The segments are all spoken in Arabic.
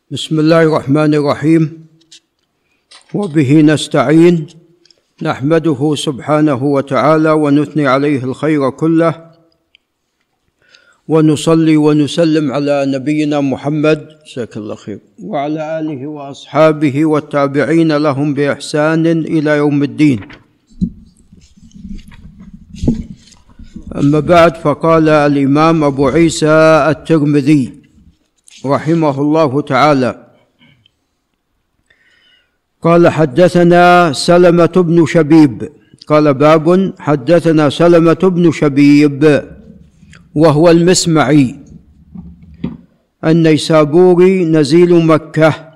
بسم الله الرحمن الرحيم، وبه نستعين، نحمده سبحانه وتعالى ونثني عليه الخير كله، ونصلي ونسلم على نبينا محمد جزاك الله خير وعلى آله وأصحابه والتابعين لهم بإحسان إلى يوم الدين. أما بعد، فقال الإمام أبو عيسى الترمذي رحمه الله تعالى قال: حدثنا سلمة بن شبيب. قال: باب حدثنا سلمة بن شبيب وهو المسمعي النيسابوري نزيل مكة،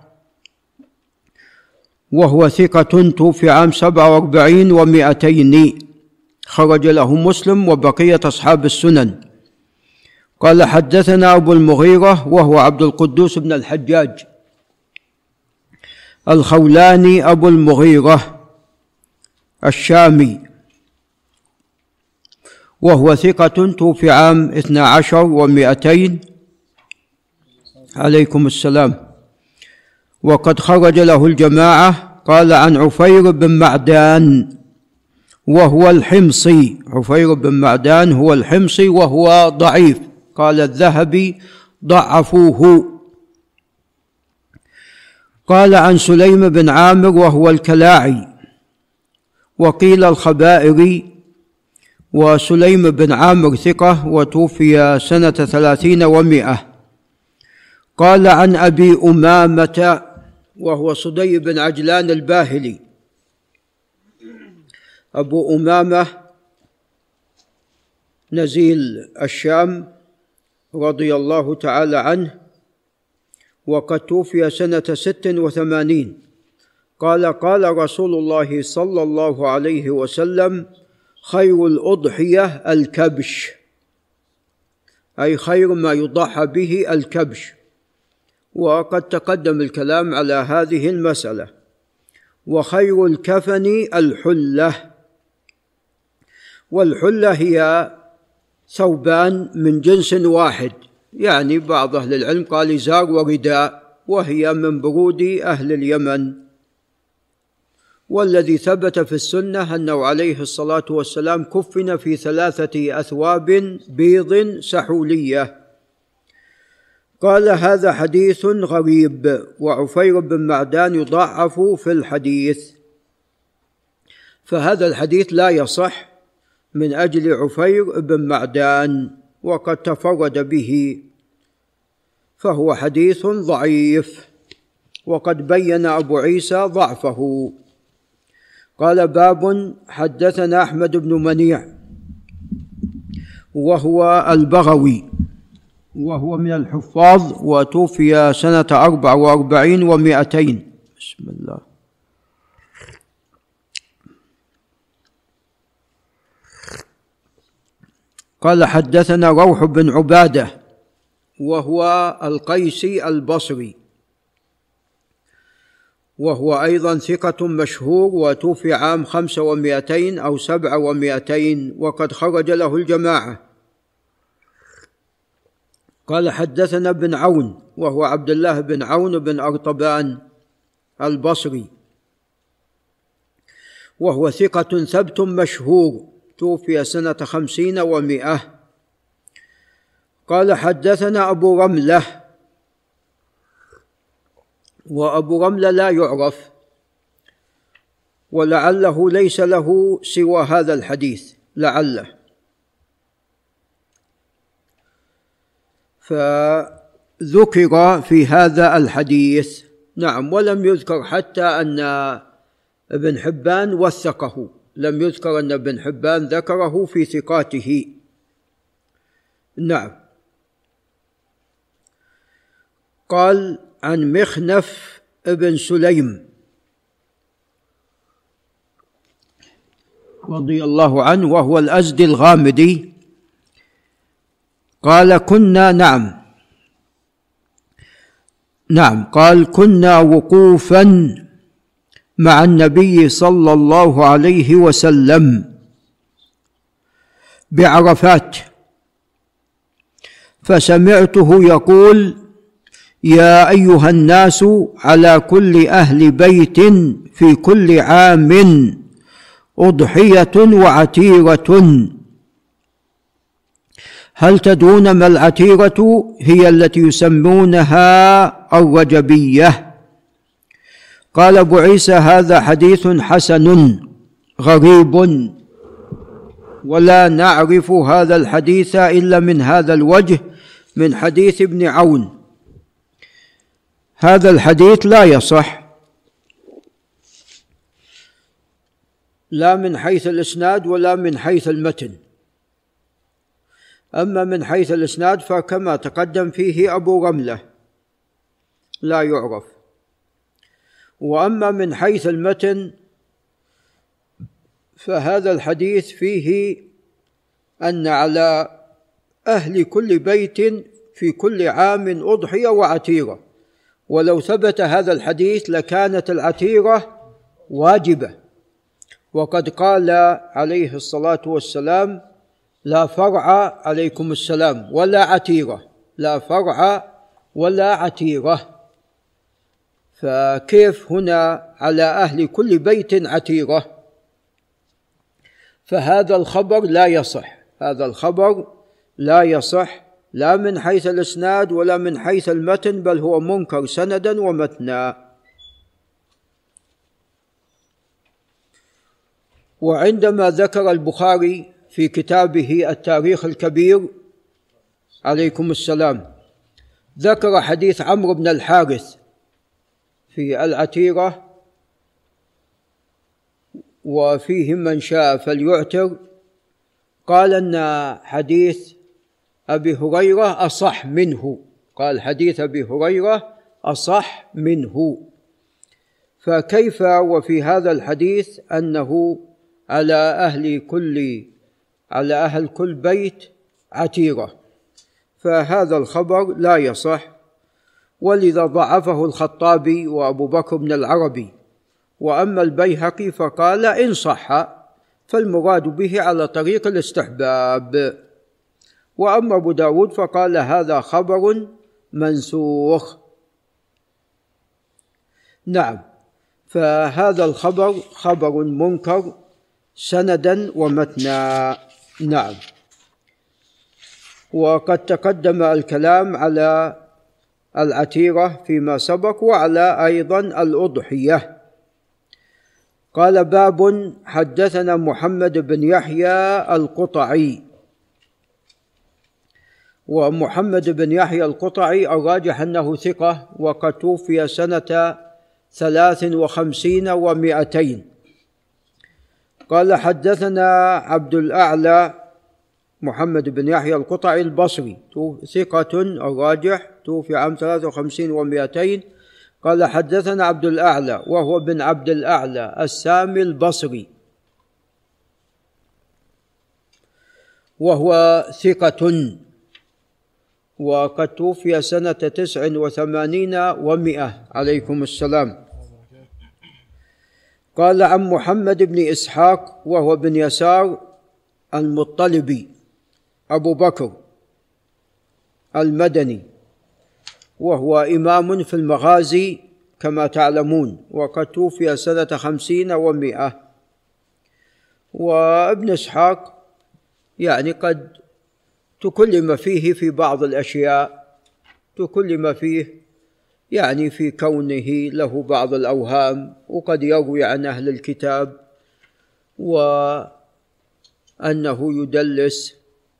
وهو ثقة، توفي عام 47 و200، خرج له مسلم وبقية أصحاب السنن. قال: حدثنا أبو المغيرة وهو عبد القدوس بن الحجاج الخولاني أبو المغيرة الشامي، وهو ثقة، توفي عام 12 و200 عليكم السلام، وقد خرج له الجماعة. قال: عن عفير بن معدان وهو الحمصي. عفير بن معدان هو الحمصي وهو ضعيف، قال الذهبي ضعفوه. قال: عن سليم بن عامر وهو الكلاعي، وقيل الخبائري، وسليم بن عامر ثقة، وتوفي سنة 30 و100. قال: عن أبي أمامة وهو صدي بن عجلان الباهلي. أبو أمامة نزيل الشام رضي الله تعالى عنه، وقد توفي سنة 86. قال: قال رسول الله صلى الله عليه وسلم: خير الأضحية الكبش، أي خير ما يضحى به الكبش، وقد تقدم الكلام على هذه المسألة. وخير الكفن الحلة، والحلة هي ثوبان من جنس واحد، يعني بعض أهل العلم قال إزار ورداء، وهي من برود أهل اليمن. والذي ثبت في السنة أنه عليه الصلاة والسلام كفن في 3 أثواب بيض سحولية. قال: هذا حديث غريب، وعفير بن معدان يضعف في الحديث، فهذا الحديث لا يصح من أجل عفير بن معدان، وقد تفرد به، فهو حديث ضعيف، وقد بين أبو عيسى ضعفه. قال: باب حدثنا أحمد بن منيع وهو البغوي، وهو من الحفاظ، وتوفي سنة 44 و200. بسم الله. قال: حدثنا روح بن عبادة وهو القيسي البصري، وهو أيضا ثقة مشهور، وتوفي عام 500 أو 700، وقد خرج له الجماعة. قال: حدثنا بن عون وهو عبد الله بن عون بن أرطبان البصري، وهو ثقة ثبت مشهور، توفي سنة 50 و100. قال: حدثنا أبو رملة، وأبو رملة لا يعرف، ولعله ليس له سوى هذا الحديث، لعله، فذكر في هذا الحديث. نعم، ولم يذكر حتى أن ابن حبان وثقه، لم يذكر أن ابن حبان ذكره في ثقاته. نعم. قال: عن مخنف ابن سليم رضي الله عنه، وهو الأزدي الغامدي. قال: كنا قال: كنا وقوفا مع النبي صلى الله عليه وسلم بعرفات، فسمعته يقول: يا أيها الناس على كل أهل بيت في كل عام أضحية وعتيرة. هل تدرون ما العتيرة؟ هي التي يسمونها الرجبية. قال أبو عيسى: هذا حديث حسن غريب، ولا نعرف هذا الحديث إلا من هذا الوجه، من حديث ابن عون. هذا الحديث لا يصح، لا من حيث الإسناد ولا من حيث المتن. أما من حيث الإسناد فكما تقدم فيه أبو رملة لا يعرف، وأما من حيث المتن فهذا الحديث فيه أن على أهل كل بيت في كل عام أضحية وعتيرة، ولو ثبت هذا الحديث لكانت العتيرة واجبة، وقد قال عليه الصلاة والسلام: لا فرع عليكم السلام ولا عتيرة، لا فرع ولا عتيرة. فكيف هنا على أهل كل بيت عتيرة؟ فهذا الخبر لا يصح، هذا الخبر لا يصح لا من حيث الإسناد ولا من حيث المتن، بل هو منكر سندا ومتنا. وعندما ذكر البخاري في كتابه التاريخ الكبير عليكم السلام ذكر حديث عمرو بن الحارث في العتيرة وفيه من شاء فليعتر، قال أن حديث أبي هريرة أصح منه، قال حديث أبي هريرة أصح منه. فكيف وفي هذا الحديث أنه على أهل كل بيت عتيرة؟ فهذا الخبر لا يصح، ولذا ضعفه الخطابي وأبو بكر بن العربي. وأما البيهقي فقال إن صح فالمراد به على طريق الاستحباب. وأما أبو داود فقال هذا خبر منسوخ. نعم، فهذا الخبر خبر منكر سندا ومتنا. نعم. وقد تقدم الكلام على العتيرة فيما سبق، وعلى أيضا الأضحية. قال: باب حدثنا محمد بن يحيى القطعي. ومحمد بن يحيى القطعي الراجح أنه ثقة، وقد توفي سنة 53 و200. قال: حدثنا عبد الأعلى محمد بن يحيى القطعي البصري ثقة الراجح، توفي عام 53 و200. قال: حدثنا عبد الأعلى وهو بن عبد الأعلى السامي البصري، وهو ثقة، وقد توفي سنة 89 و100 عليكم السلام. قال: عن محمد بن إسحاق وهو بن يسار المطلبي أبو بكر المدني، وهو إمام في المغازي كما تعلمون، وقد توفي سنة 50 و100. وابن إسحاق يعني قد تكلم فيه في بعض الأشياء، تكلم فيه يعني في كونه له بعض الأوهام، وقد يروي عن أهل الكتاب وأنه يدلس،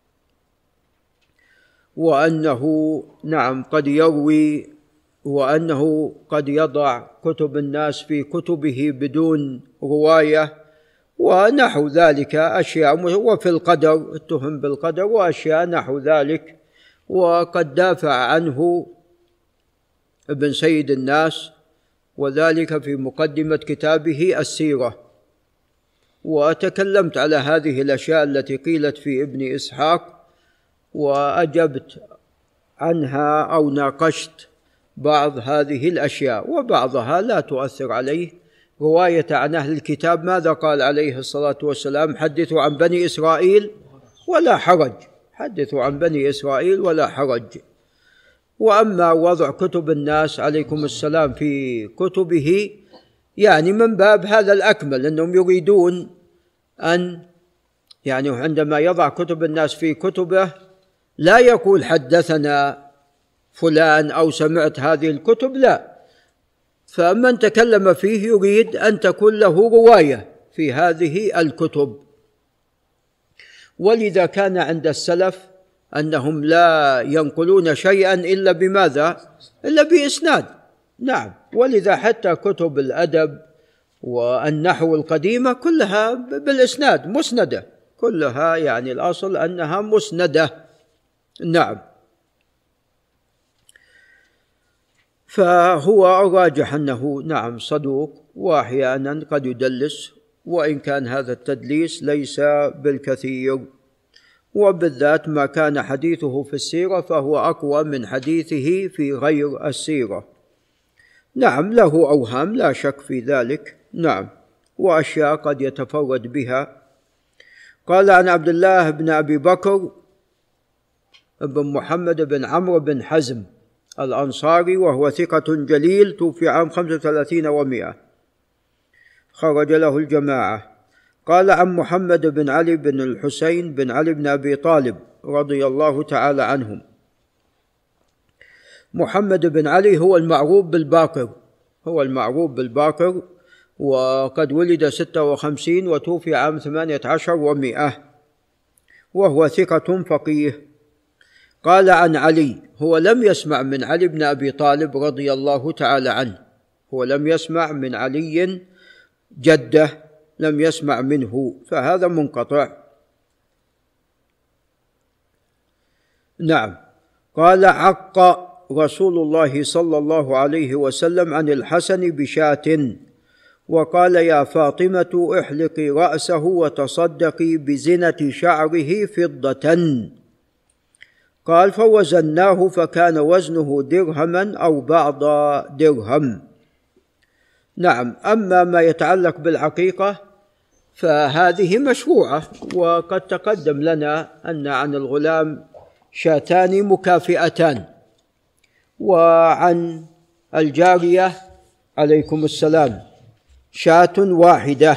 وأنه نعم قد يروي، وأنه قد يضع كتب الناس في كتبه بدون رواية ونحو ذلك أشياء، وفي القدر اتهم بالقدر وأشياء نحو ذلك. وقد دافع عنه ابن سيد الناس، وذلك في مقدمة كتابه السيرة. وتكلمت على هذه الأشياء التي قيلت في ابن إسحاق، وأجبت عنها أو ناقشت بعض هذه الأشياء، وبعضها لا تؤثر عليه. رواية عن أهل الكتاب ماذا قال عليه الصلاة والسلام؟ حدثوا عن بني إسرائيل ولا حرج، حدثوا عن بني إسرائيل ولا حرج. وأما وضع كتب الناس عليكم السلام في كتبه يعني من باب هذا الأكمل، أنهم يريدون أن يعني عندما يضع كتب الناس في كتبه لا يقول حدثنا فلان أو سمعت هذه الكتب، لا، فمن تكلم فيه يريد أن تكون له رواية في هذه الكتب. ولذا كان عند السلف أنهم لا ينقلون شيئا إلا بماذا؟ إلا بإسناد. نعم، ولذا حتى كتب الأدب والنحو القديمة كلها بالإسناد مسندة، كلها يعني الأصل أنها مسندة. نعم، فهو الراجح أنه نعم صدوق، وأحيانا قد يدلس، وإن كان هذا التدليس ليس بالكثير، وبالذات ما كان حديثه في السيرة فهو أقوى من حديثه في غير السيرة. نعم، له أوهام لا شك في ذلك، نعم، وأشياء قد يتفرد بها. قال عن عبد الله بن أبي بكر بن محمد بن عمرو بن حزم الأنصاري، وهو ثقة جليل، توفي عام 35 و100، خرج له الجماعة. قال عن محمد بن علي بن الحسين بن علي بن أبي طالب رضي الله تعالى عنهم. محمد بن علي هو المعروف بالباقر، هو المعروف بالباقر، وقد ولد 56 وتوفي عام 18 و100، وهو ثقة فقيه. قال عن علي، هو لم يسمع من علي بن أبي طالب رضي الله تعالى عنه، هو لم يسمع من علي جده، لم يسمع منه، فهذا منقطع. نعم. قال عق رسول الله صلى الله عليه وسلم عن الحسن بشاة، وقال يا فاطمة احلقي رأسه وتصدقي بزنة شعره فضة. قال فوزناه فكان وزنه درهما أو بعض درهم. نعم. أما ما يتعلق بالعقيقة فهذه مشروعة، وقد تقدم لنا أن عن الغلام شاتان مكافئتان، وعن الجارية عليكم السلام شاة واحدة.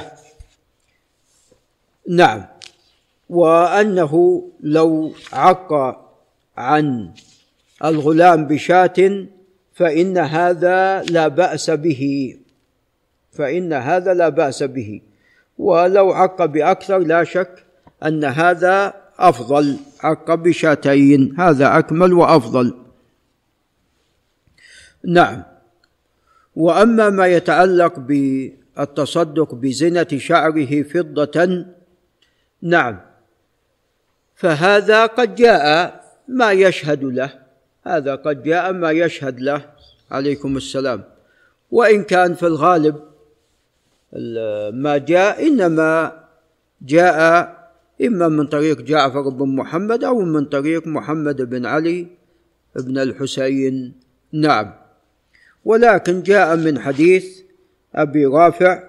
نعم. وأنه لو عق عن الغلام بشاة فإن هذا لا بأس به، فإن هذا لا بأس به، ولو عق بأكثر لا شك أن هذا أفضل، عق بشاتين هذا أكمل وأفضل. نعم. وأما ما يتعلق بالتصدق بزنة شعره فضة، نعم، فهذا قد جاء ما يشهد له، هذا قد جاء ما يشهد له عليكم السلام، وإن كان في الغالب ما جاء إنما جاء إما من طريق جعفر بن محمد أو من طريق محمد بن علي بن الحسين. نعم. ولكن جاء من حديث أبي رافع،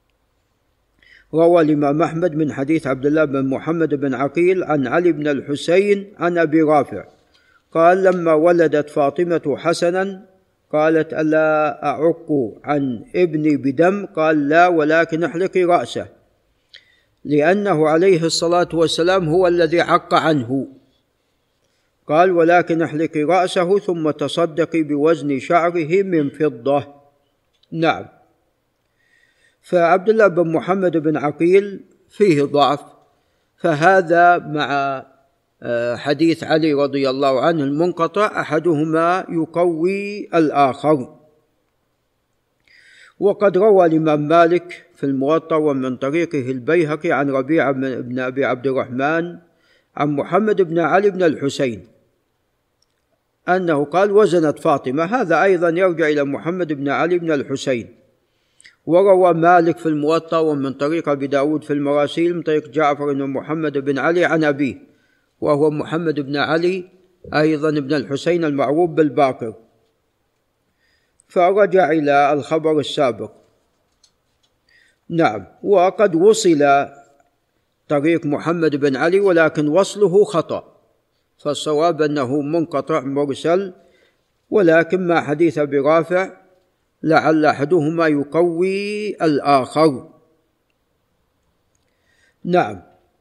روى الإمام أحمد من حديث عبد الله بن محمد بن عقيل عن علي بن الحسين عن أبي رافع قال لما ولدت فاطمة حسنا قالت ألا أعق عن ابني بدم؟ قال لا، ولكن احلقي رأسه، لأنه عليه الصلاة والسلام هو الذي عق عنه. قال ولكن احلقي رأسه ثم تصدقي بوزن شعره من فضة. نعم. فعبد الله بن محمد بن عقيل فيه ضعف، فهذا مع حديث علي رضي الله عنه المنقطع أحدهما يقوي الآخر. وقد روى الإمام مالك في الموطأ ومن طريقه البيهقي عن ربيعة بن أبي عبد الرحمن عن محمد بن علي بن الحسين أنه قال وزنت فاطمة، هذا أيضا يرجع إلى محمد بن علي بن الحسين. وروى مالك في الموطأ ومن طريق أبي داود في المراسيل من طريق جعفر بن محمد بن علي عن أبيه، وهو محمد بن علي أيضا بن الحسين المعروف بالباقر، فرجع إلى الخبر السابق. نعم. وقد وصل طريق محمد بن علي ولكن وصله خطأ، فالصواب أنه منقطع مرسل ولكن مع حديث أبي رافع لعل أحدهما يقوي الآخر. نعم.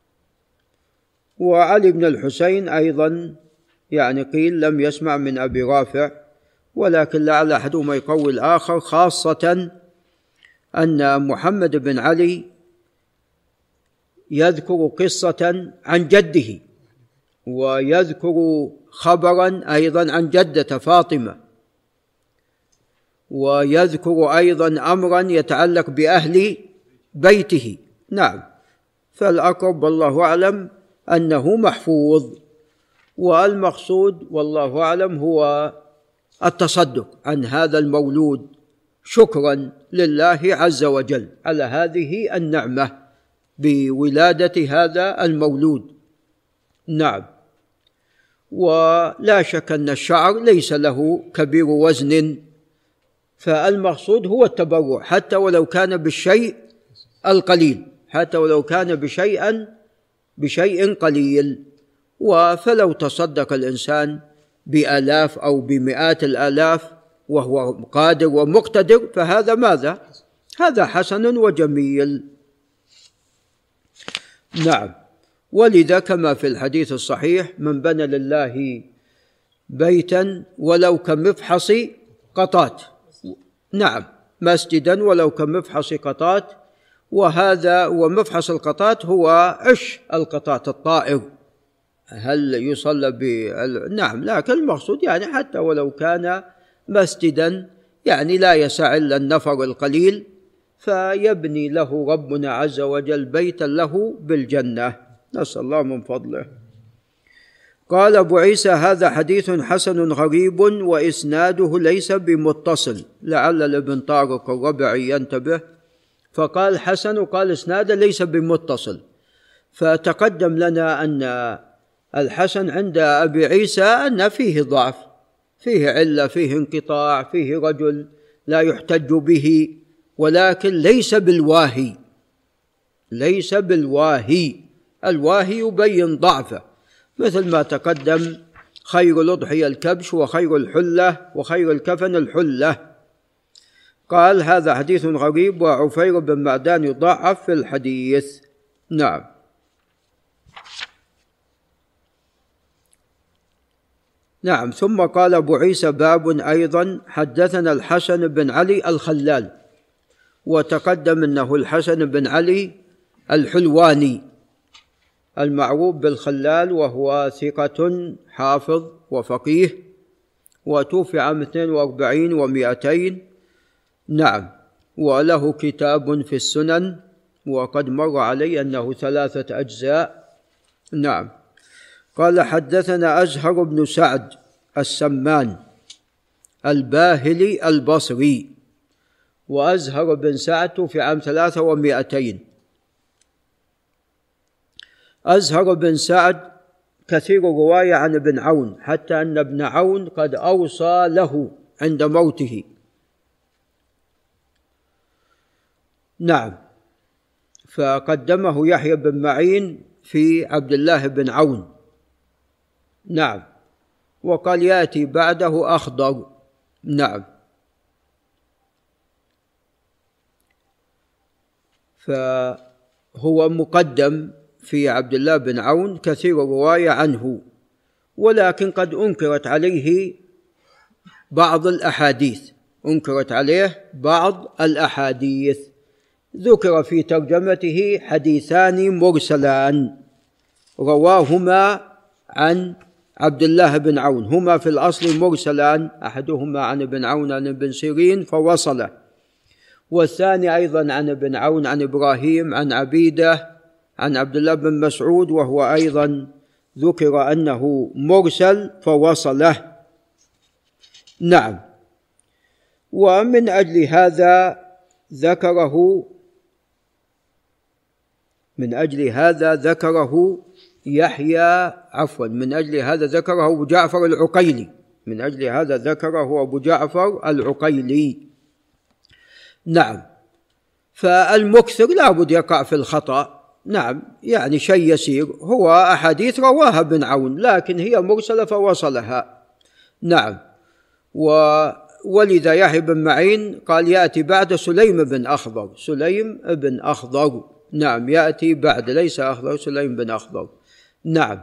وعلي بن الحسين أيضا يعني قيل لم يسمع من أبي رافع، ولكن لعل أحدهما يقوي الآخر، خاصة أن محمد بن علي يذكر قصة عن جده، ويذكر خبرا أيضا عن جدة فاطمة، ويذكر أيضا أمرا يتعلق بأهل بيته. نعم. فالأقرب والله أعلم أنه محفوظ، والمقصود والله أعلم هو التصدق عن هذا المولود شكرا لله عز وجل على هذه النعمة بولادة هذا المولود. نعم. ولا شك أن الشعر ليس له كبير وزن، فالمقصود هو التبرع حتى ولو كان بالشيء القليل، حتى ولو كان بشيء قليل. فلو تصدق الإنسان بآلاف أو بمئات الآلاف وهو قادر ومقتدر فهذا ماذا؟ هذا حسن وجميل. نعم. ولذا كما في الحديث الصحيح: من بنى لله بيتا ولو كمفحص قطات. نعم، مسجدا ولو كمفحص قطات. وهذا ومفحص القطات هو عش القطات الطائر، هل يصلى نعم، لكن المقصود يعني حتى ولو كان مسجدا يعني لا يسع إلا النفر القليل، فيبني له ربنا عز وجل بيتا له بالجنة، نسأل الله من فضله. قال أبو عيسى: هذا حديث حسن غريب وإسناده ليس بمتصل. لعل الابن طارق الربعي ينتبه، فقال حسن وقال إسناده ليس بمتصل. فتقدم لنا أن الحسن عند أبي عيسى أن فيه ضعف، فيه علة، فيه انقطاع، فيه رجل لا يحتج به، ولكن ليس بالواهي، ليس بالواهي. الواهي يبين ضعفه، مثل ما تقدم: خير الأضحية الكبش، وخير الحلة، وخير الكفن الحلة. قال: هذا حديث غريب، وعفير بن معدان يضعف في الحديث. نعم. نعم. ثم قال أبو عيسى: باب أيضا حدثنا الحسن بن علي الخلال، وتقدم أنه الحسن بن علي الحلواني المعروف بالخلال، وهو ثقة حافظ وفقيه، وتوفي عام 42 و200. نعم. وله كتاب في السنن، وقد مر علي أنه 3 أجزاء. نعم. قال: حدثنا أزهر بن سعد السمان الباهلي البصري، وأزهر بن سعد في عام 300 و200. أزهر بن سعد كثير رواية عن ابن عون، حتى أن ابن عون قد أوصى له عند موته. نعم. فقدمه يحيى بن معين في عبد الله بن عون. نعم. وقال: يأتي بعده أخضر. نعم. فهو مقدم في عبد الله بن عون، كثير رواية عنه، ولكن قد أنكرت عليه بعض الأحاديث، أنكرت عليه بعض الأحاديث. ذكر في ترجمته حديثان مرسلان رواهما عن عبد الله بن عون، هما في الأصل مرسلان، أحدهما عن ابن عون عن ابن سيرين فوصله، والثاني أيضا عن ابن عون عن إبراهيم عن عبيدة عن عبد الله بن مسعود، وهو أيضا ذكر أنه مرسل فوصله. نعم. ومن أجل هذا ذكره أبو جعفر العقيلي، من أجل هذا ذكره أبو جعفر العقيلي. نعم. فالمكثر لا بد يقع في الخطأ. نعم، يعني شيء يسير، هو أحاديث رواها ابن عون لكن هي مرسلة فوصلها. نعم. ولذا يحيى بن معين قال يأتي بعد سليم بن أخضر، سليم بن أخضر، نعم، يأتي بعد، ليس أخضر، سليم بن أخضر، نعم.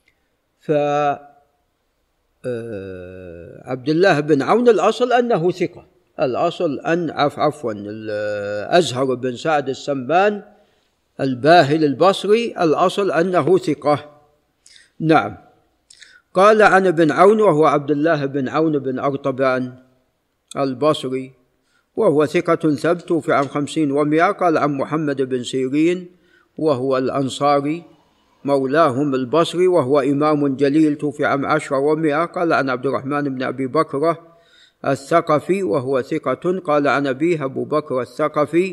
عبد الله بن عون الأصل أنه ثقة، الأصل أن عفوا الأزهر بن سعد السمان الباهل البصري الأصل أنه ثقة، نعم. قال عن ابن عون وهو عبد الله بن عون بن أرطبان البصري وهو ثقة ثبت، توفي عام 50 و100. قال عن محمد بن سيرين وهو الأنصاري مولاهم البصري وهو إمام جليل، توفي عام 10 و100. قال عن عبد الرحمن بن أبي بكرة الثقفي وهو ثقة. قال عن أبيه أبو بكر الثقفي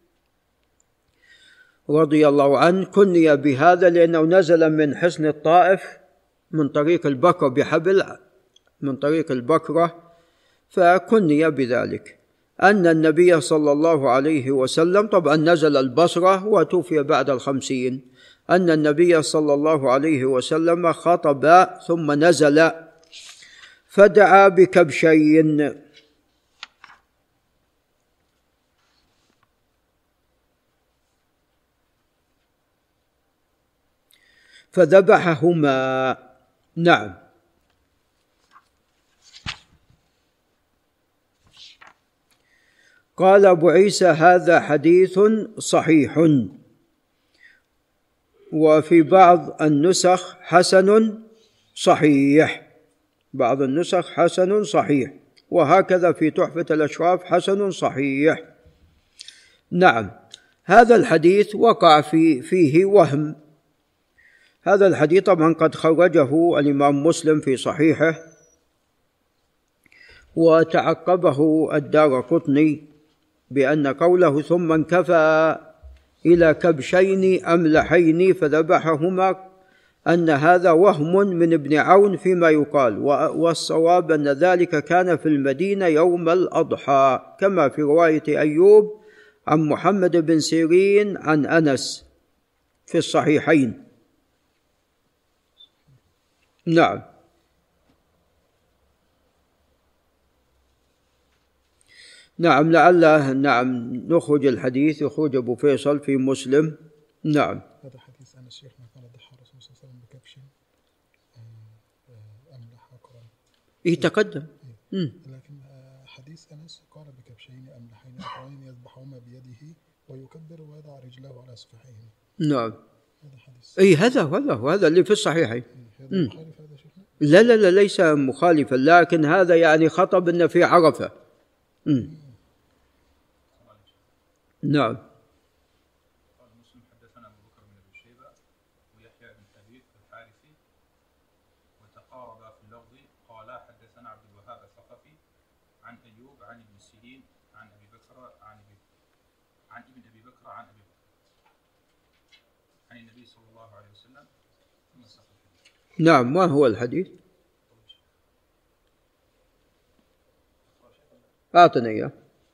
رضي الله عنه، كني بهذا لأنه نزل من حصن الطائف من طريق البكر بحبل، من طريق البكرة، فكني بذلك. أن النبي صلى الله عليه وسلم، طبعا نزل البصرة وتوفي بعد 50، أن النبي صلى الله عليه وسلم خطب ثم نزل فدعا بكبشين فذبحهما، نعم. قال أبو عيسى هذا حديث صحيح، وفي بعض النسخ حسن صحيح، بعض النسخ حسن صحيح، وهكذا في تحفة الأشراف حسن صحيح، نعم. هذا الحديث وقع فيه وهم. هذا الحديث طبعا قد خرجه الإمام مسلم في صحيحه، وتعقبه الدارقطني بأن قوله ثم انكفى إلى كبشين أملحين فذبحهما أن هذا وهم من ابن عون فيما يقال، والصواب أن ذلك كان في المدينة يوم الأضحى، كما في رواية أيوب عن محمد بن سيرين عن أنس في الصحيحين، نعم. نعم، لعله نعم نخرج الحديث، يخرج أبو فيصل في مسلم، نعم. هذا حديث أنس شيخنا قال ضحى الرسول صلى الله عليه وسلم بكبش أملح أقرا، تقدم. لكن حديث أنس قال بكبشين أملحين أقرين يذبحهما بيده ويكبر ويضع رجله على صفحيه، نعم. هذا حديث هذا اللي في الصحيحين. هذا مخالف هذا شيخنا؟ لا ليس مخالفا، لكن هذا يعني خطب إن في عرفة. نعم. قال مسلم حدثنا ابو بكر بن ابي شيبه ويحيى بن حبيب الحارثي وتقاربا في اللفظ، قالا حدثنا عبد الوهاب الثقفي عن ايوب عن ابن سيرين عن ابي بكر عن ابن ابي بكر عن ابي بكر عن النبي صلى الله عليه وسلم ثم ساق الحديث. نعم. ما هو الحديث؟ أعطنا إياه.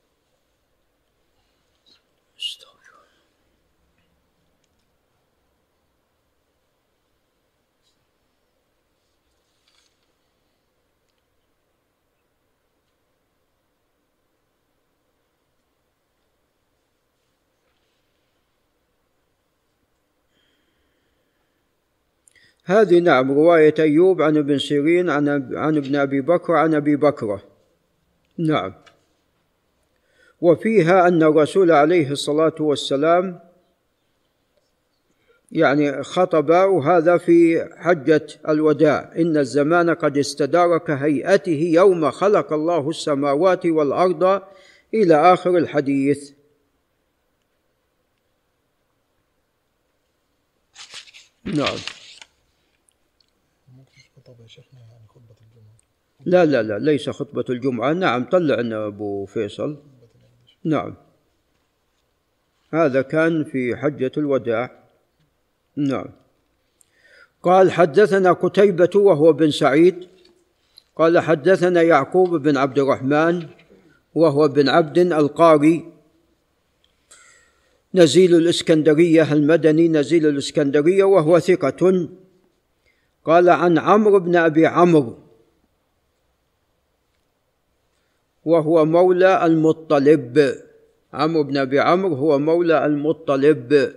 هذه نعم رواية أيوب عن ابن سيرين عن ابن أبي بكر عن أبي بكرة، نعم. وفيها أن الرسول عليه الصلاة والسلام يعني خطب، وهذا في حجة الوداع، إن الزمان قد استدار كهيئته يوم خلق الله السماوات والأرض إلى آخر الحديث، نعم. لا ليس خطبة الجمعة، نعم. طلع لنا أبو فيصل، نعم. هذا كان في حجة الوداع، نعم. قال حدثنا قتيبة وهو بن سعيد قال حدثنا يعقوب بن عبد الرحمن وهو بن عبد القاري نزيل الإسكندرية المدني، نزيل الإسكندرية، وهو ثقة. قال عن عمرو بن أبي عمرو وهو مولى المطلب. عمرو بن أبي عمرو هو مولى المطلب،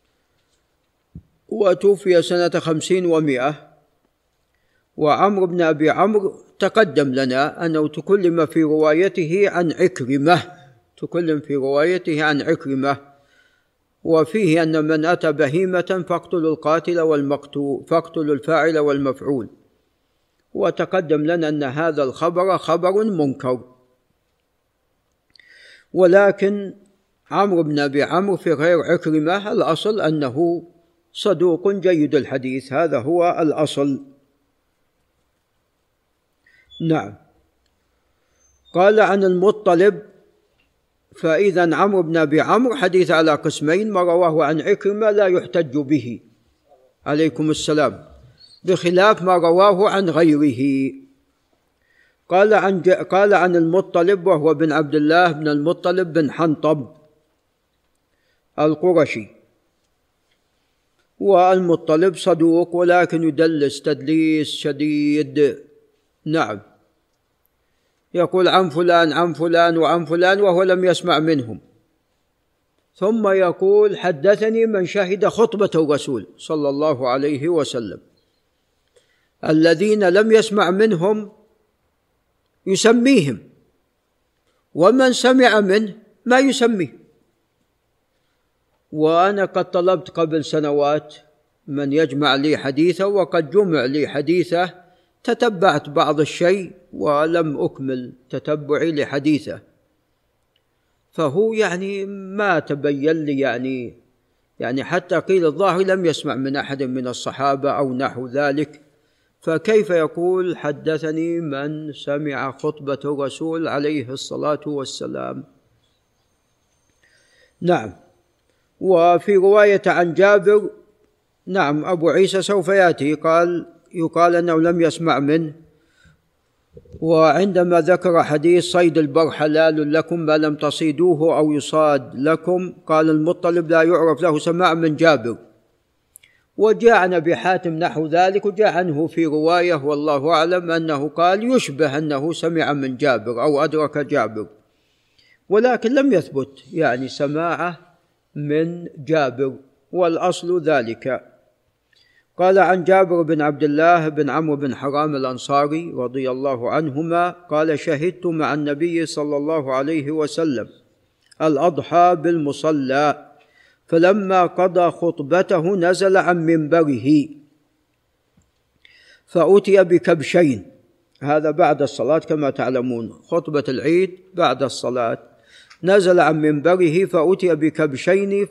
وتوفي سنة 50 و100. وعمرو بن أبي عمرو تقدم لنا أنه تكلم في روايته عن عكرمة، وفيه أن من أتى بهيمة فاقتلوا القاتل والمقتول، فاقتلوا الفاعل والمفعول. وتقدم لنا أن هذا الخبر خبر منكر. ولكن عمرو بن أبي عمرو في غير عكرمة الأصل أنه صدوق جيد الحديث، هذا هو الأصل. نعم. قال عن المطلب، فإذا عمرو بن أبي عمرو حديث على قسمين: ما رواه عن عكرمة لا يحتج به، عليكم السلام، بخلاف ما رواه عن غيره. قال عن المطلب، وهو بن عبد الله بن المطلب بن حنطب القرشي، والمطلب صدوق ولكن يدلس تدليس شديد. نعم، يقول عن فلان عن فلان وعن فلان وهو لم يسمع منهم، ثم يقول حدثني من شهد خطبة الرسول صلى الله عليه وسلم. الذين لم يسمع منهم يسميهم، ومن سمع منه ما يسميه. وأنا قد طلبت قبل سنوات من يجمع لي حديثه، وقد جمع لي حديثه، تتبعت بعض الشيء ولم أكمل تتبعي لحديثه، فهو ما تبين لي يعني حتى قيل الظاهر لم يسمع من أحد من الصحابة أو نحو ذلك، فكيف يقول حدثني من سمع خطبة الرسول عليه الصلاة والسلام؟ نعم. وفي رواية عن جابر، نعم، أبو عيسى سوف يأتي، يقال أنه لم يسمع منه. وعندما ذكر حديث صيد البر حلال لكم ما لم تصيدوه أو يصاد لكم، قال المطلب لا يعرف له سماع من جابر. وجاء عن أبي حاتم نحو ذلك، وجاء عنه في رواية والله أعلم أنه قال يشبه أنه سمع من جابر أو أدرك جابر، ولكن لم يثبت سماعه من جابر، والأصل ذلك. قال عن جابر بن عبد الله بن عمرو بن حرام الأنصاري رضي الله عنهما قال: شهدت مع النبي صلى الله عليه وسلم الأضحى بالمصلى، فلما قضى خطبته نزل عن منبره فأتي بكبشين، هذا بعد الصلاة كما تعلمون، خطبة العيد بعد الصلاة، نزل عن منبره فأتي بكبشين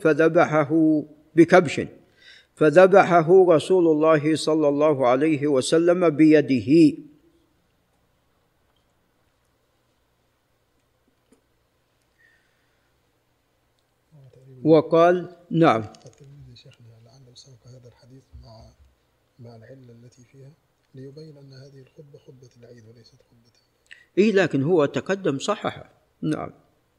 فذبحه رسول الله صلى الله عليه وسلم بيده. وقال: نعم. التلميذ شيخنا لعله سبق هذا الحديث مع العلة التي فيها ليبين أن هذه الخطبة خطبة العيد وليست خطبة لكن هو تقدم صححه. نعم،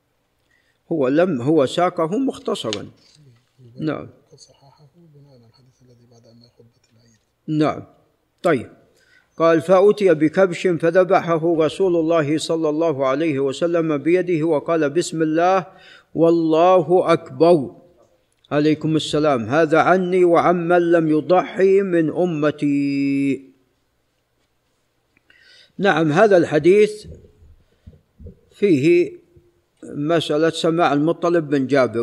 هو ساقه مختصرا. نعم، قد صححه بناء على الحديث الذي بعد أنها خطبة العيد. نعم. طيب، قال: فأتي بكبش فذبحه رسول الله صلى الله عليه وسلم بيده وقال: بسم الله والله أكبر. عليكم السلام. هذا عني وعمن لم يضحي من أمتي. نعم، هذا الحديث فيه مسألة سماع المطلب بن جابر،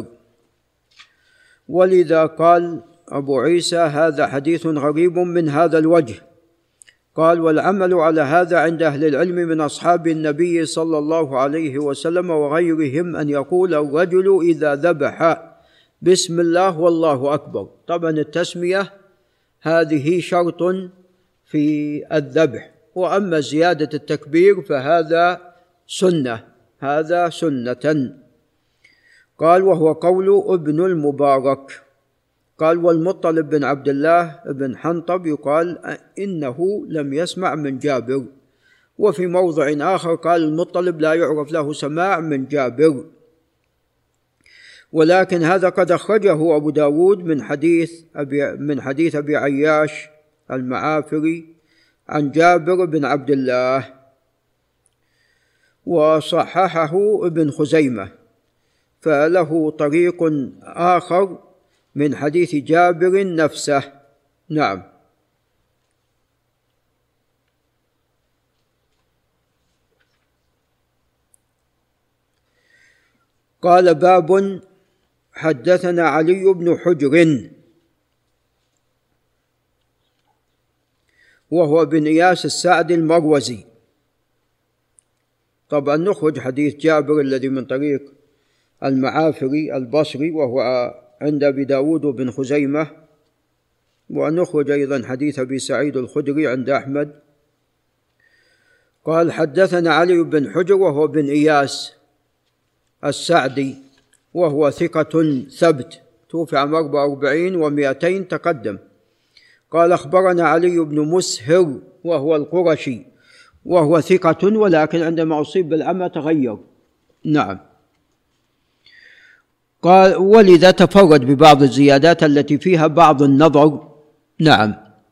ولذا قال أبو عيسى: هذا حديث غريب من هذا الوجه. قال: والعمل على هذا عند أهل العلم من أصحاب النبي صلى الله عليه وسلم وغيرهم أن يقول الرجل إذا ذبح بسم الله والله أكبر. طبعا التسمية هذه شرط في الذبح، وأما زيادة التكبير فهذا سنة، هذا سنة. قال: وهو قول ابن المبارك. قال: والمطلب بن عبد الله بن حنطب يقال إنه لم يسمع من جابر. وفي موضع آخر قال المطلب لا يعرف له سماع من جابر، ولكن هذا قد أخرجه أبو داود من حديث أبي عياش المعافري عن جابر بن عبد الله. وصححه ابن خزيمة، فله طريق آخر من حديث جابر نفسه. نعم. قال: باب حدثنا علي بن حجر وهو بن إياس السعدي المروزي. طبعا نخرج حديث جابر الذي من طريق المعافري البصري وهو عند أبي داود وابن خزيمة، ونخرج أيضا حديث أبي سعيد الخدري عند أحمد. قال: حدثنا علي بن حجر وهو بن إياس السعدي وهو ثقة ثبت، توفي عام 44 و200 تقدم. قال: أخبرنا علي بن مسهر وهو القرشي وهو ثقة، ولكن عندما أصيب بالعمى تغير. نعم. قال: ولذا تفرد ببعض الزيادات التي فيها بعض النظر. نعم.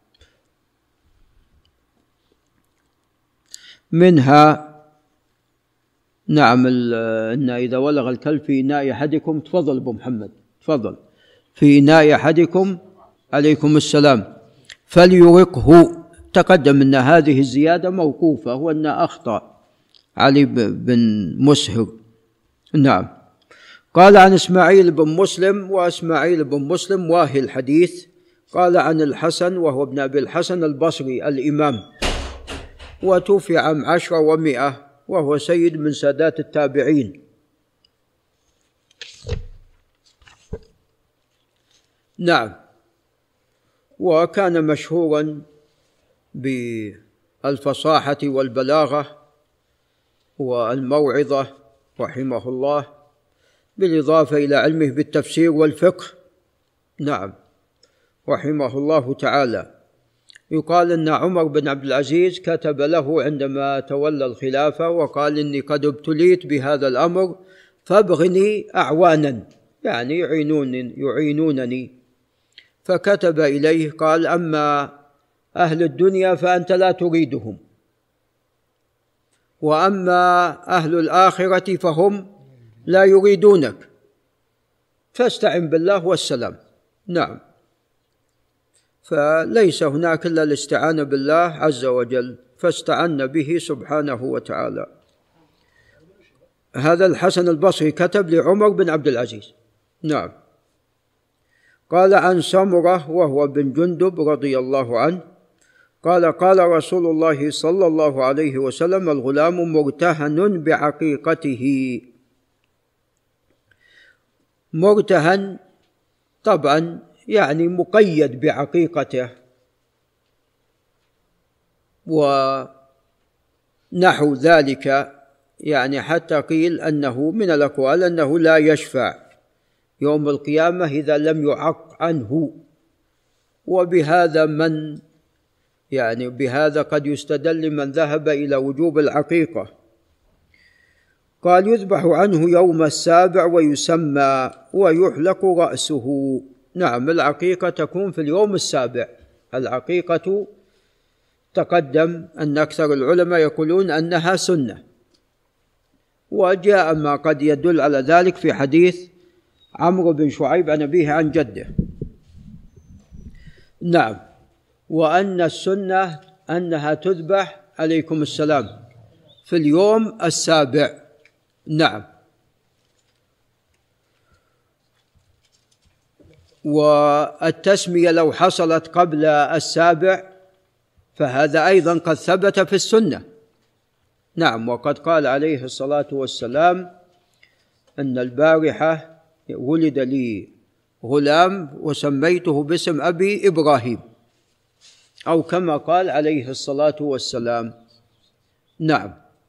منها نعم إن إذا ولغ الكلب في إناء أحدكم، تفضل أبو محمد، تفضل، في إناء أحدكم عليكم السلام فليرقه. تقدم أن هذه الزيادة موقوفة وأن أخطأ علي بن مسهر. نعم. قال: عن إسماعيل بن مسلم، وإسماعيل بن مسلم واهي الحديث. قال: عن الحسن وهو ابن أبي الحسن البصري الإمام، وتوفي عام 10 و100، وهو سيد من سادات التابعين. نعم. وكان مشهورا بالفصاحة والبلاغة والموعظة رحمه الله، بالإضافة إلى علمه بالتفسير والفقه. نعم، رحمه الله تعالى. يقال أن عمر بن عبد العزيز كتب له عندما تولى الخلافة وقال: إني قد ابتليت بهذا الأمر فابغني أعوانا، يعني يعينونني. فكتب إليه قال: أما أهل الدنيا فأنت لا تريدهم، وأما أهل الآخرة فهم لا يريدونك، فاستعن بالله والسلام. نعم. فليس هناك إلا الاستعانة بالله عز وجل، فاستعن به سبحانه وتعالى. هذا الحسن البصري كتب لعمر بن عبد العزيز. نعم. قال: عن سمرة وهو بن جندب رضي الله عنه قال: قال رسول الله صلى الله عليه وسلم: الغلام مرتهن بعقيقته. مرتهن طبعا يعني مقيد بعقيقته، ونحو ذلك، يعني حتى قيل أنه من الأقوال أنه لا يشفع يوم القيامة إذا لم يعق عنه. وبهذا بهذا قد يستدل من ذهب إلى وجوب العقيقة. قال: يذبح عنه يوم السابع ويسمى ويحلق رأسه. نعم، العقيقة تكون في اليوم السابع. العقيقة تقدم أن أكثر العلماء يقولون أنها سنة، وجاء ما قد يدل على ذلك في حديث عمرو بن شعيب عن أبيه عن جده. نعم. وأن السنة أنها تذبح عليكم السلام في اليوم السابع. نعم. والتسمية لو حصلت قبل السابع فهذا أيضا قد ثبت في السنة. نعم. وقد قال عليه الصلاة والسلام: أن البارحة ولد لي غلام وسميته باسم أبي إبراهيم، أو كما قال عليه الصلاة والسلام. نعم.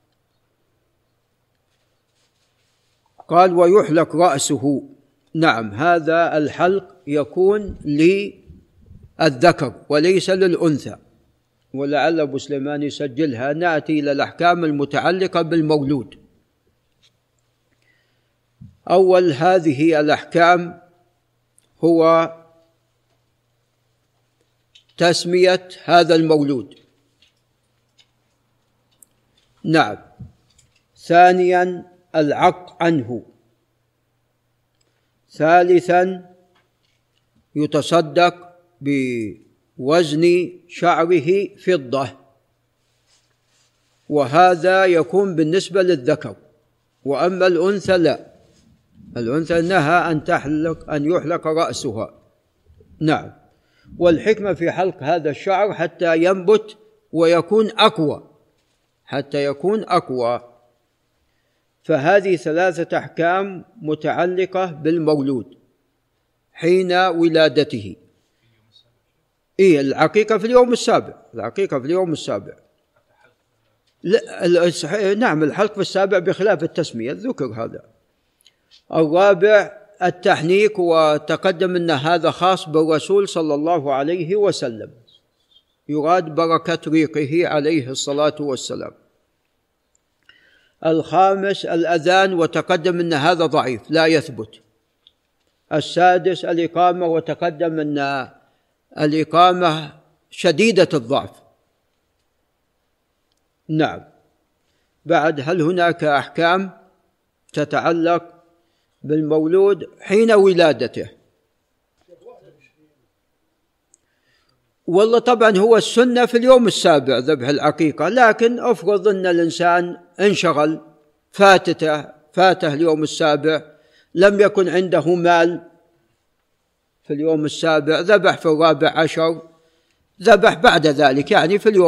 قال: ويحلق رأسه. نعم، هذا الحلق يكون للذكر وليس للأنثى، ولعل أبو سليمان يسجلها. نأتي إلى الأحكام المتعلقة بالمولود. أول هذه الأحكام هو تسمية هذا المولود. نعم. ثانيا العق عنه. ثالثا يتصدق بوزن شعره فضة، وهذا يكون بالنسبة للذكر. وأما الأنثى لا، الأنثى نهى أن يحلق رأسها. نعم. والحكمة في حلق هذا الشعر حتى ينبت ويكون أقوى، حتى يكون أقوى. فهذه 3 أحكام متعلقة بالمولود حين ولادته. العقيقة في اليوم السابع، العقيقة في اليوم السابع. نعم، الحلق في السابع بخلاف التسمية، الذكر هذا. الرابع التحنيك، وتقدم أن هذا خاص بالرسول صلى الله عليه وسلم، يراد بركة ريقه عليه الصلاة والسلام. الخامس الأذان، وتقدم أن هذا ضعيف لا يثبت. السادس الإقامة، وتقدم أن الإقامة شديدة الضعف. نعم. بعد، هل هناك أحكام تتعلق بالمولود حين ولادته؟ والله طبعا هو السنة في اليوم السابع ذبح العقيقة، لكن أفرض أن الإنسان انشغل، فاته اليوم السابع، لم يكن عنده مال في اليوم السابع، ذبح في 14، ذبح بعد ذلك، يعني في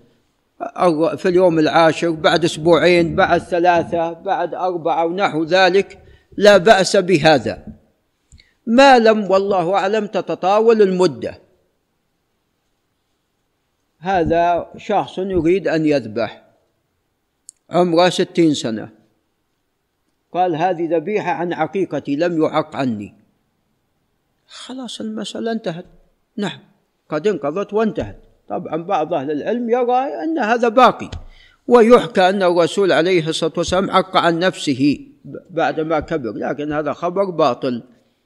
اليوم 10، بعد 2 أسبوع، بعد 3، بعد 4 ونحو ذلك، لا بأس بهذا، ما لم والله أعلم تتطاول المدة. هذا شخص يريد أن يذبح، عمره 60 سنة، قال هذه ذبيحة عن عقيقتي لم يعق عني، خلاص المسألة انتهت. نعم، قد انقضت وانتهت. طبعا بعض أهل العلم يرى أن هذا باقي، ويحكى أن الرسول عليه الصلاة والسلام عق عن نفسه بعدما كبر، لكن هذا خبر باطل.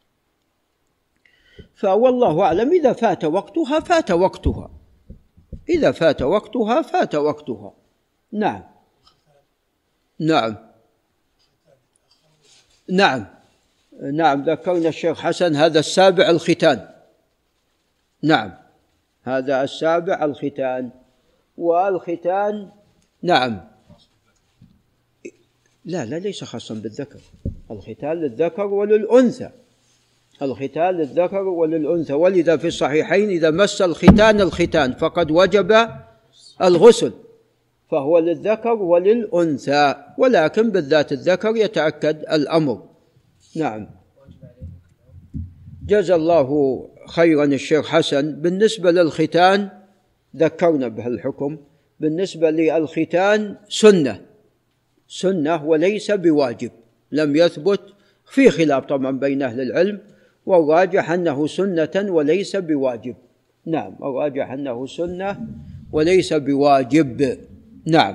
فوالله أعلم، إذا فات وقتها فات وقتها، إذا فات وقتها فات وقتها. نعم. نعم. نعم. نعم، ذكرنا الشيخ حسن هذا السابع الختان. نعم، هذا السابع الختان. والختان نعم، لا ليس خاصا بالذكر، الختان للذكر وللأنثى، الختان للذكر وللأنثى. ولذا في الصحيحين إذا مس الختان فقد وجب الغسل، فهو للذكر وللأنثى، ولكن بالذات الذكر يتأكد الأمر. نعم. جزا الله خيرا الشيخ حسن. بالنسبة للختان ذكرنا بهالحكم. بالنسبة للختان سنة وليس بواجب، لم يثبت، في خلاف طبعا بين أهل العلم، والراجح أنه سنة وليس بواجب. نعم، الراجح أنه سنة وليس بواجب. نعم،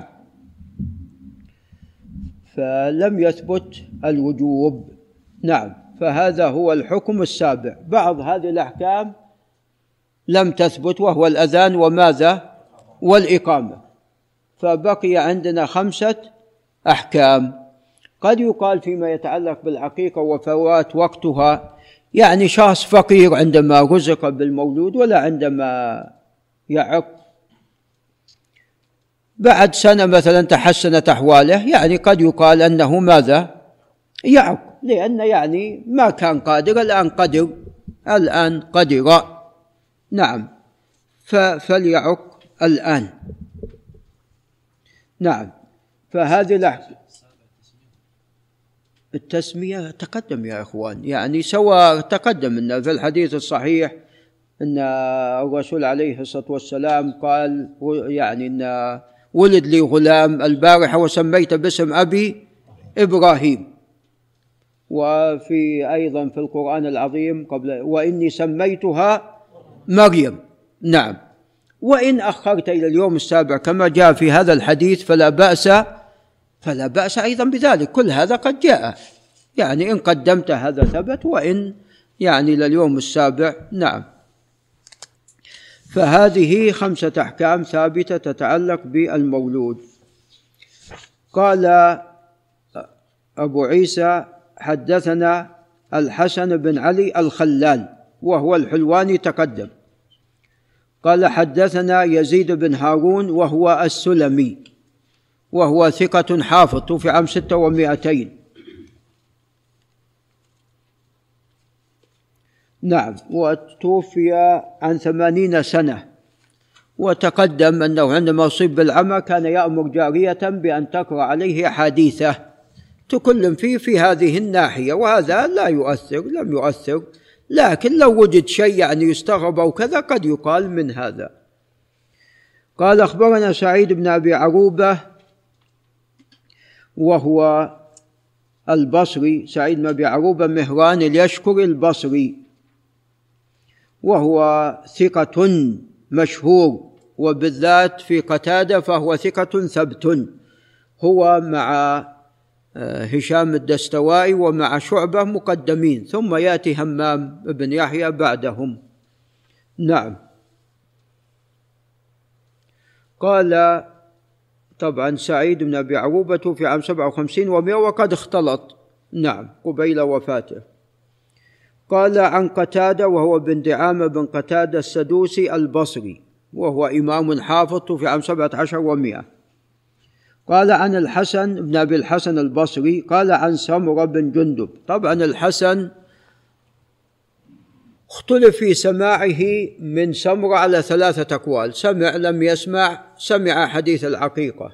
فلم يثبت الوجوب. نعم، فهذا هو الحكم السابع. بعض هذه الأحكام لم تثبت، وهو الأذان وماذا؟ والإقامة. فبقي عندنا 5 أحكام. قد يقال فيما يتعلق بالعقيقة وفوات وقتها، يعني شخص فقير عندما رزق بالمولود ولا عندما يعق، بعد سنة مثلا تحسنت أحواله، يعني قد يقال أنه ماذا؟ يعق، لأن يعني ما كان قادر، الآن قدر. نعم، فليعق الآن. نعم، فهذه التسمية تقدم يا إخوان، يعني سواء تقدم أن في الحديث الصحيح أن الرسول عليه الصلاة والسلام قال يعني أن ولد لي غلام البارحة وسميت باسم أبي إبراهيم، وفي أيضا في القرآن العظيم قبل وإني سميتها مريم. نعم، وإن أخرت إلى اليوم السابع كما جاء في هذا الحديث فلا بأس أيضا بذلك. كل هذا قد جاء، يعني إن قدمت هذا ثبت، وإن يعني لليوم السابع. نعم، فهذه 5 أحكام ثابتة تتعلق بالمولود. قال أبو عيسى حدثنا الحسن بن علي الخلال وهو الحلواني تقدم. قال حدثنا يزيد بن هارون وهو السلمي وهو ثقة حافظ، توفي عام 600. نعم، وتوفي عن 80 سنة. وتقدم أنه عندما أصيب بالعمى كان يأمر جارية بأن تقرأ عليه حديثه تكلم فيه في هذه الناحية، وهذا لا يؤثر، لم يؤثر، لكن لو وجد شيء يعني يستغرب أو كذا قد يقال من هذا. قال أخبرنا سعيد بن أبي عروبة وهو البصري، سعيد بن أبي عروبة مهران اليشكري البصري، وهو ثقة مشهور، وبالذات في قتادة فهو ثقة ثبت، هو مع هشام الدستوائي ومع شعبة مقدمين، ثم يأتي همام بن يحيى بعدهم. نعم. قال طبعا سعيد بن أبي عروبة في عام 57 و100 وقد اختلط، نعم، قبيل وفاته. قال عن قتادة وهو بن دعامة بن قتادة السدوسي البصري، وهو إمام حافظ في عام 17 و100. قال عن الحسن بن أبي الحسن البصري قال عن سمرة بن جندب. طبعا الحسن اختلف في سماعه من سمرة على 3 أقوال، سمع، لم يسمع، سمع حديث العقيقة.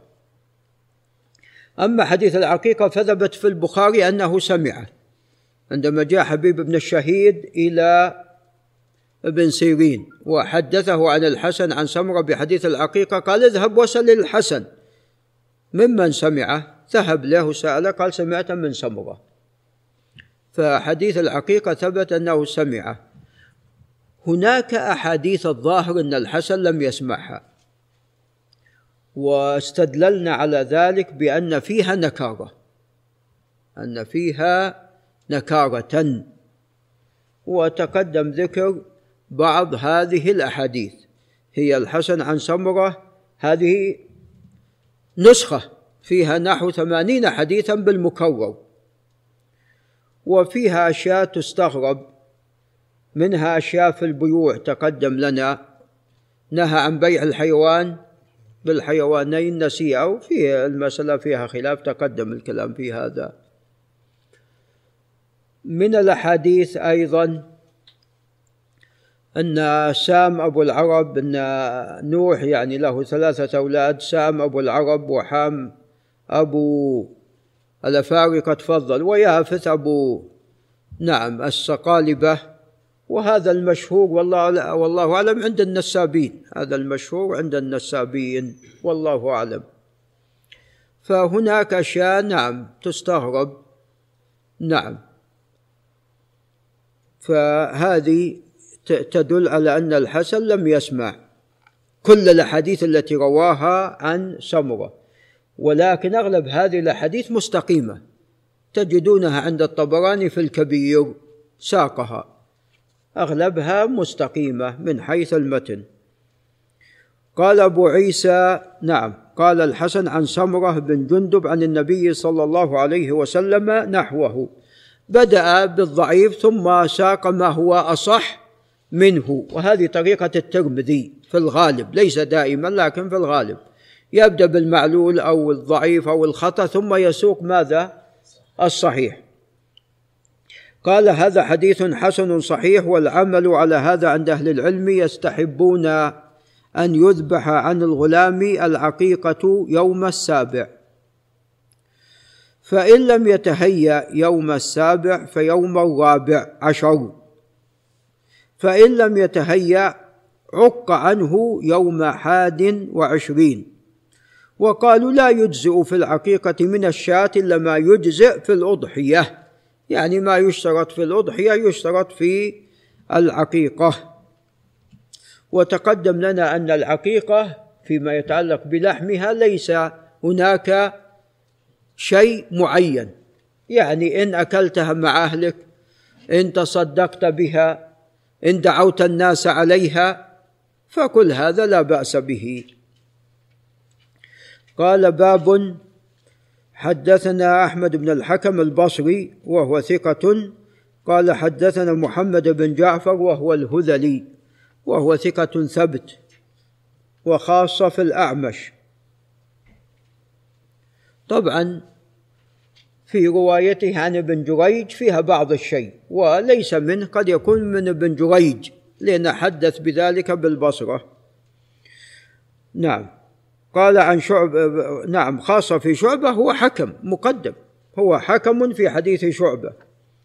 أما حديث العقيقة فثبت في البخاري أنه سمعه عندما جاء حبيب بن الشهيد إلى ابن سيرين وحدثه عن الحسن عن سمرة بحديث العقيقة، قال اذهب وسل الحسن ممن سمعه، ذهب له سأله قال سمعت من سمرة. فحديث العقيقة ثبت أنه سمعه. هناك أحاديث الظاهر أن الحسن لم يسمعها، واستدللنا على ذلك بأن فيها نكارة، أن فيها نكارة، وتقدم ذكر بعض هذه الأحاديث. هي الحسن عن سمرة هذه نسخة فيها نحو 80 حديثا بالمكرر، وفيها أشياء تستغرب، منها أشياء في البيوع تقدم لنا، نهى عن بيع الحيوان بالحيوانين نسيئة، وفي المسألة فيها خلاف تقدم الكلام في هذا. من الأحاديث أيضا أن سام أبو العرب، أن نوح يعني له 3 أولاد، سام أبو العرب وحام أبو الأفارقة تفضل، ويافث أبو السقالبة، وهذا المشهور والله أعلم عند النسابين، هذا المشهور عند النسابين والله أعلم. فهناك أشياء تستغرب، فهذه تدل على أن الحسن لم يسمع كل الأحاديث التي رواها عن سمرة، ولكن أغلب هذه الأحاديث مستقيمة، تجدونها عند الطبراني في الكبير ساقها، أغلبها مستقيمة من حيث المتن. قال أبو عيسى قال الحسن عن سمرة بن جندب عن النبي صلى الله عليه وسلم نحوه، بدأ بالضعيف ثم ساق ما هو أصح منه، وهذه طريقة الترمذي في الغالب، ليس دائما لكن في الغالب، يبدأ بالمعلول أو الضعيف أو الخطأ ثم يسوق ماذا؟ الصحيح. قال هذا حديث حسن صحيح، والعمل على هذا عند أهل العلم، يستحبون أن يذبح عن الغلام العقيقة يوم 7، فإن لم يتهيأ يوم 7 فيوم 14، فإن لم يتهيأ عق عنه يوم 21. وقالوا لا يجزئ في العقيقة من الشاة إلا ما يجزئ في الأضحية، يعني ما يشترط في الأضحية يشترط في العقيقة. وتقدم لنا أن العقيقة فيما يتعلق بلحمها ليس هناك شيء معين، يعني إن أكلتها مع أهلك، إن تصدقت بها، إن دعوت الناس عليها، فكل هذا لا بأس به. قال باب حدثنا أحمد بن الحكم البصري وهو ثقة، قال حدثنا محمد بن جعفر وهو الهذلي وهو ثقة ثبت، وخاصة في الأعمش. طبعا في روايته عن ابن جريج فيها بعض الشيء، وليس منه، قد يكون من ابن جريج لأن حدث بذلك بالبصرة. نعم. قال عن شعبة، نعم، خاصة في شعبة، هو حكم مقدم، هو حكم في حديث شعبة،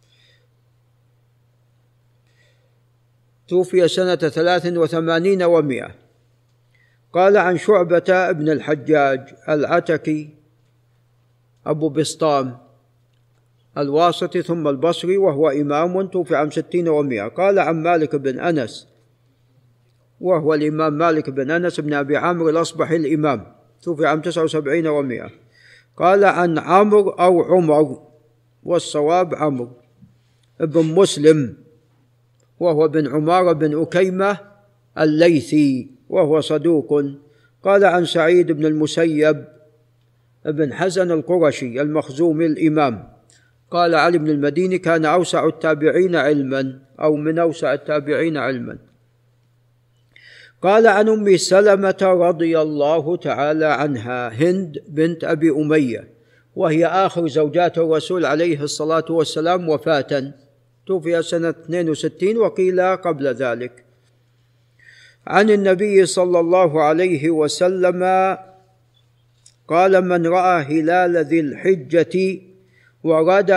توفي سنة 83 و100. قال عن شعبة ابن الحجاج العتكي أبو بسطام الواسطي ثم البصري، وهو إمام، توفي عام 60 و100. قال عن مالك بن أنس، وهو الإمام مالك بن أنس بن أبي عامر الأصبحي الإمام، توفي عام 79 و100. قال عن عمرو أو عمر، والصواب عمرو ابن مسلم، وهو بن عمارة بن أكيمة الليثي، وهو صدوق. قال عن سعيد بن المسيب ابن حزن القرشي المخزومي الإمام، قال علي بن المديني كان أوسع التابعين علما، أو من أوسع التابعين علما. قال عن أم سلمة رضي الله تعالى عنها هند بنت أبي أمية، وهي آخر زوجات الرسول عليه الصلاة والسلام وفاة، توفي سنة 62 وقيل قبل ذلك، عن النبي صلى الله عليه وسلم قال: من رأى هلال ذي الحجة وأراد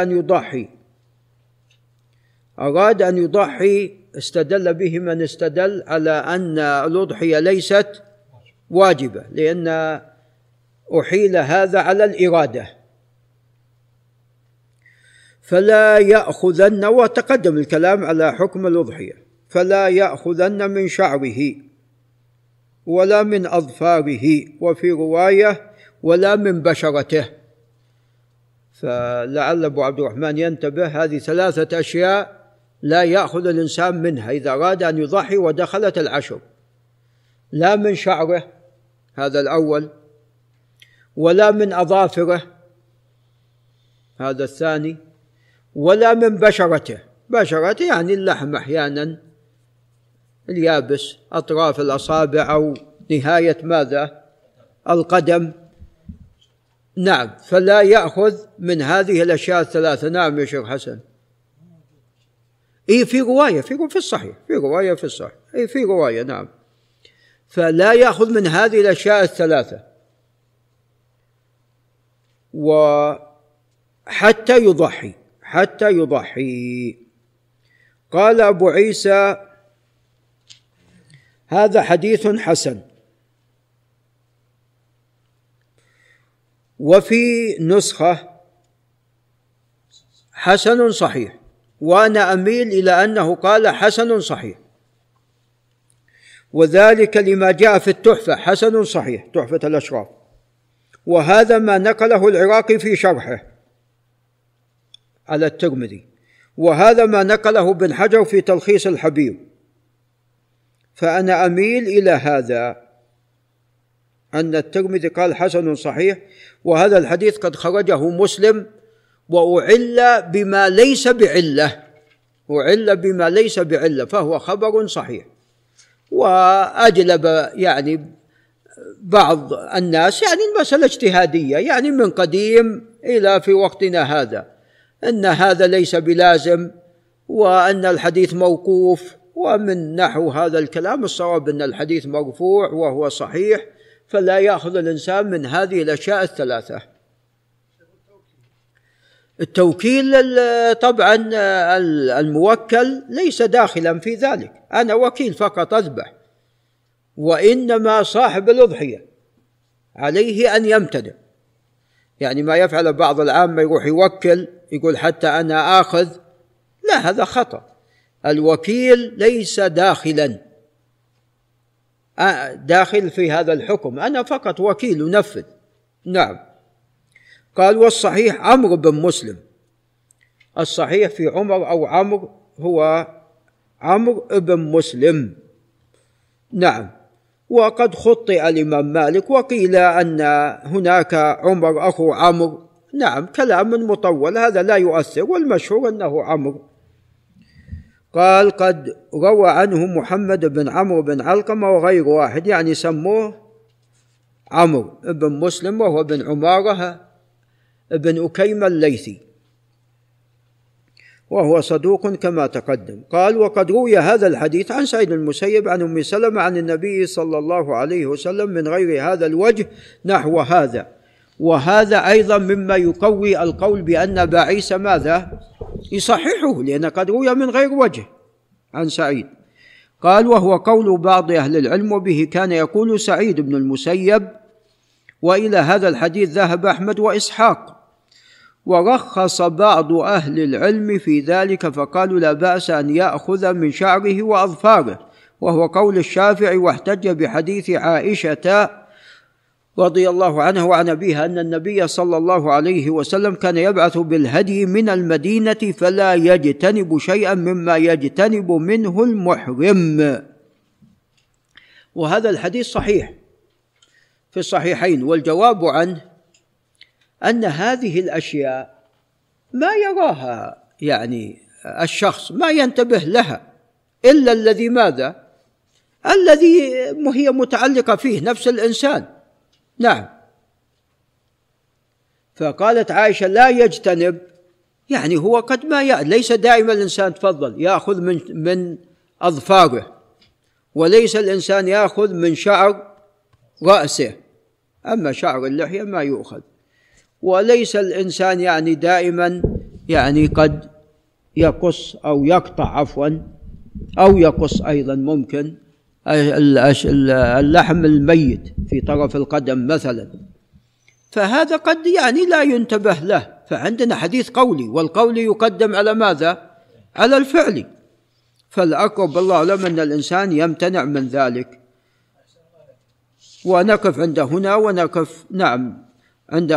أن يضحي استدل به من استدل على أن الأضحية ليست واجبة، لأن أحيل هذا على الإرادة. فلا يأخذن، وتقدم الكلام على حكم الأضحية، فلا يأخذن من شعره ولا من أظفاره، وفي رواية ولا من بشرته. فلعل أبو عبد الرحمن ينتبه، هذه 3 أشياء لا يأخذ الإنسان منها إذا أراد أن يضحي ودخلت العشر: لا من شعره، هذا الأول، ولا من أظافره، هذا الثاني، ولا من بشرته. بشرته يعني اللحم أحيانا اليابس، أطراف الأصابع أو نهاية ماذا؟ القدم. نعم، فلا يأخذ من هذه الأشياء 3. نعم يا شيخ حسن. في رواية في الصحيح، في رواية في الصحيح، في رواية، نعم. فلا يأخذ من هذه الأشياء 3 وحتى يضحي. قال أبو عيسى: هذا حديث حسن. وفي نسخة حسن صحيح، وأنا أميل إلى أنه قال حسن صحيح، وذلك لما جاء في التحفة حسن صحيح، تحفة الأشراف، وهذا ما نقله العراقي في شرحه على الترمذي، وهذا ما نقله ابن حجر في تلخيص الحبيب. فأنا أميل إلى هذا، أن الترمذي قال حسن صحيح، وهذا الحديث قد خرجه مسلم، وأعل بما ليس بعلة، فهو خبر صحيح. وأجلب يعني بعض الناس يعني المسألة اجتهادية، يعني من قديم إلى في وقتنا هذا، أن هذا ليس بلازم، وأن الحديث موقوف، ومن نحو هذا الكلام الصواب أن الحديث مرفوع وهو صحيح، فلا يأخذ الإنسان من هذه الأشياء 3. التوكيل طبعا الموكل ليس داخلا في ذلك، أنا وكيل فقط أذبح، وإنما صاحب الأضحية عليه أن يمتنع. يعني ما يفعل بعض العامة يروح يوكل يقول حتى أنا آخذ، لا، هذا خطأ. الوكيل ليس داخل في هذا الحكم، أنا فقط وكيل ينفذ. نعم. قال: والصحيح عمرو بن مسلم. الصحيح في عمر أو عمرو هو عمرو بن مسلم. نعم. وقد خطئ الإمام مالك، وقيل أن هناك عمر أخو عمرو نعم كلام مطول هذا لا يؤثر، والمشهور أنه عمرو. قال قد روى عنه محمد بن عمرو بن علقمة وغير واحد، يعني سموه عمرو بن مسلم وهو بن عمارة بن أكيم الليثي، وهو صدوق كما تقدم. قال وقد روي هذا الحديث عن سعيد المسيب عن أم سلمة عن النبي صلى الله عليه وسلم من غير هذا الوجه نحو هذا، وهذا أيضا مما يقوي القول بأن أبا عيسى ماذا؟ يصححه، لأن قد روي من غير وجه عن سعيد. قال وهو قول بعض أهل العلم، وبه كان يقول سعيد بن المسيب، وإلى هذا الحديث ذهب أحمد وإسحاق، ورخص بعض أهل العلم في ذلك فقالوا لا بأس أن يأخذ من شعره وأظفاره، وهو قول الشافعي، واحتج بحديث عائشة رضي الله عنها وعن أبيها أن النبي صلى الله عليه وسلم كان يبعث بالهدي من المدينة فلا يجتنب شيئا مما يجتنب منه المحرم. وهذا الحديث صحيح في الصحيحين، والجواب عنه أن هذه الأشياء ما يراها يعني الشخص، ما ينتبه لها إلا الذي ماذا؟ الذي هي متعلقة فيه نفس الإنسان. نعم. فقالت عائشة لا يجتنب، يعني هو قد ما ليس دائما الإنسان تفضل يأخذ من أظفاره، وليس الإنسان يأخذ من شعر رأسه، أما شعر اللحية ما يؤخذ، وليس الإنسان يعني دائما يعني قد يقص أو يقطع عفوا، أو يقص أيضا ممكن اللحم الميت في طرف القدم مثلا، فهذا قد يعني لا ينتبه له. فعندنا حديث قولي، والقولي يقدم على ماذا؟ على الفعل، فالأقرب الله أعلم أن الإنسان يمتنع من ذلك. ونقف عند هنا ونقف نعم عند